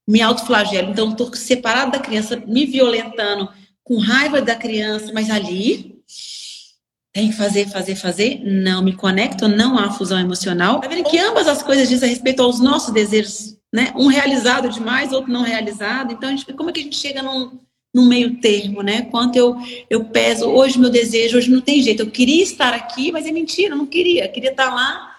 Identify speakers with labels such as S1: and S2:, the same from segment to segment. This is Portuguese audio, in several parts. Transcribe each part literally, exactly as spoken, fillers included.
S1: me autoflagelo. Então, estou separada da criança, me violentando, com raiva da criança, mas ali tem que fazer, fazer, fazer. Não me conecto, não há fusão emocional. Tá vendo que ambas as coisas dizem respeito aos nossos desejos, né? Um realizado demais, outro não realizado. Então, a gente, como é que a gente chega num, num meio termo, né? Quanto eu, eu peso, hoje meu desejo, hoje não tem jeito. Eu queria estar aqui, mas é mentira, eu não queria. Eu queria estar lá.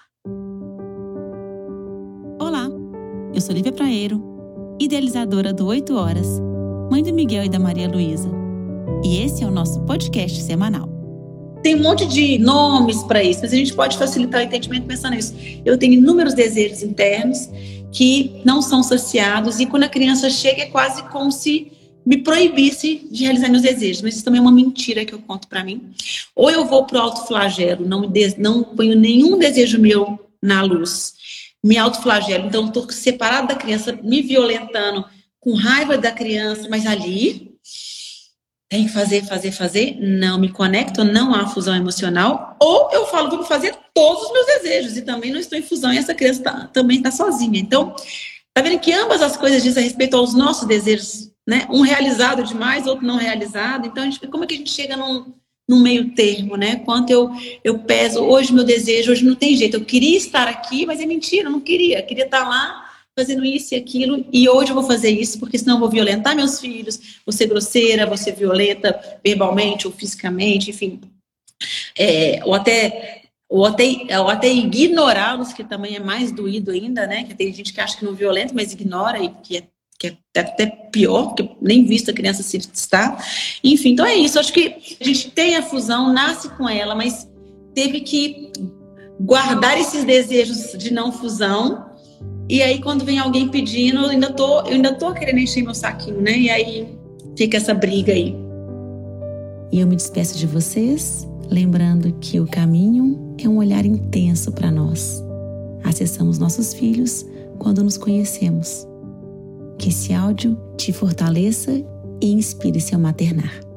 S2: Olá, eu sou Lívia Praeiro, idealizadora do oito horas, mãe do Miguel e da Maria Luísa. E esse é o nosso podcast semanal.
S1: Tem um monte de nomes para isso, mas a gente pode facilitar o entendimento pensando nisso. Eu tenho inúmeros desejos internos que não são saciados e quando a criança chega é quase como se me proibisse de realizar meus desejos, mas isso também é uma mentira que eu conto para mim. Ou eu vou pro autoflagelo, não, não ponho nenhum desejo meu na luz, me autoflagelo, então estou separada da criança, me violentando, com raiva da criança, mas ali tem que fazer, fazer, fazer, não me conecto, não há fusão emocional, ou eu falo, vou fazer todos os meus desejos, e também não estou em fusão, e essa criança tá, também está sozinha. Então, tá vendo que ambas as coisas dizem respeito aos nossos desejos, né? Um realizado demais, outro não realizado. Então, a gente, como é que a gente chega num, num meio termo, né? Quanto eu, eu peso, hoje meu desejo, hoje não tem jeito, eu queria estar aqui, mas é mentira, eu não queria, eu queria estar lá, fazendo isso e aquilo, e hoje eu vou fazer isso, porque senão eu vou violentar meus filhos, vou ser grosseira, vou ser violenta verbalmente ou fisicamente, enfim, é, ou, até, ou, até, ou até ignorá-los, que também é mais doído ainda, né, que tem gente que acha que não violenta, mas ignora, e que é, que é até pior, porque nem visto a criança se está, enfim, então é isso, acho que a gente tem a fusão, nasce com ela, mas teve que guardar esses desejos de não fusão. E aí, quando vem alguém pedindo, eu ainda tô, eu ainda tô querendo encher meu saquinho, né? E aí, fica essa briga aí.
S2: E eu me despeço de vocês, lembrando que o caminho é um olhar intenso para nós. Acessamos nossos filhos quando nos conhecemos. Que esse áudio te fortaleça e inspire seu maternar.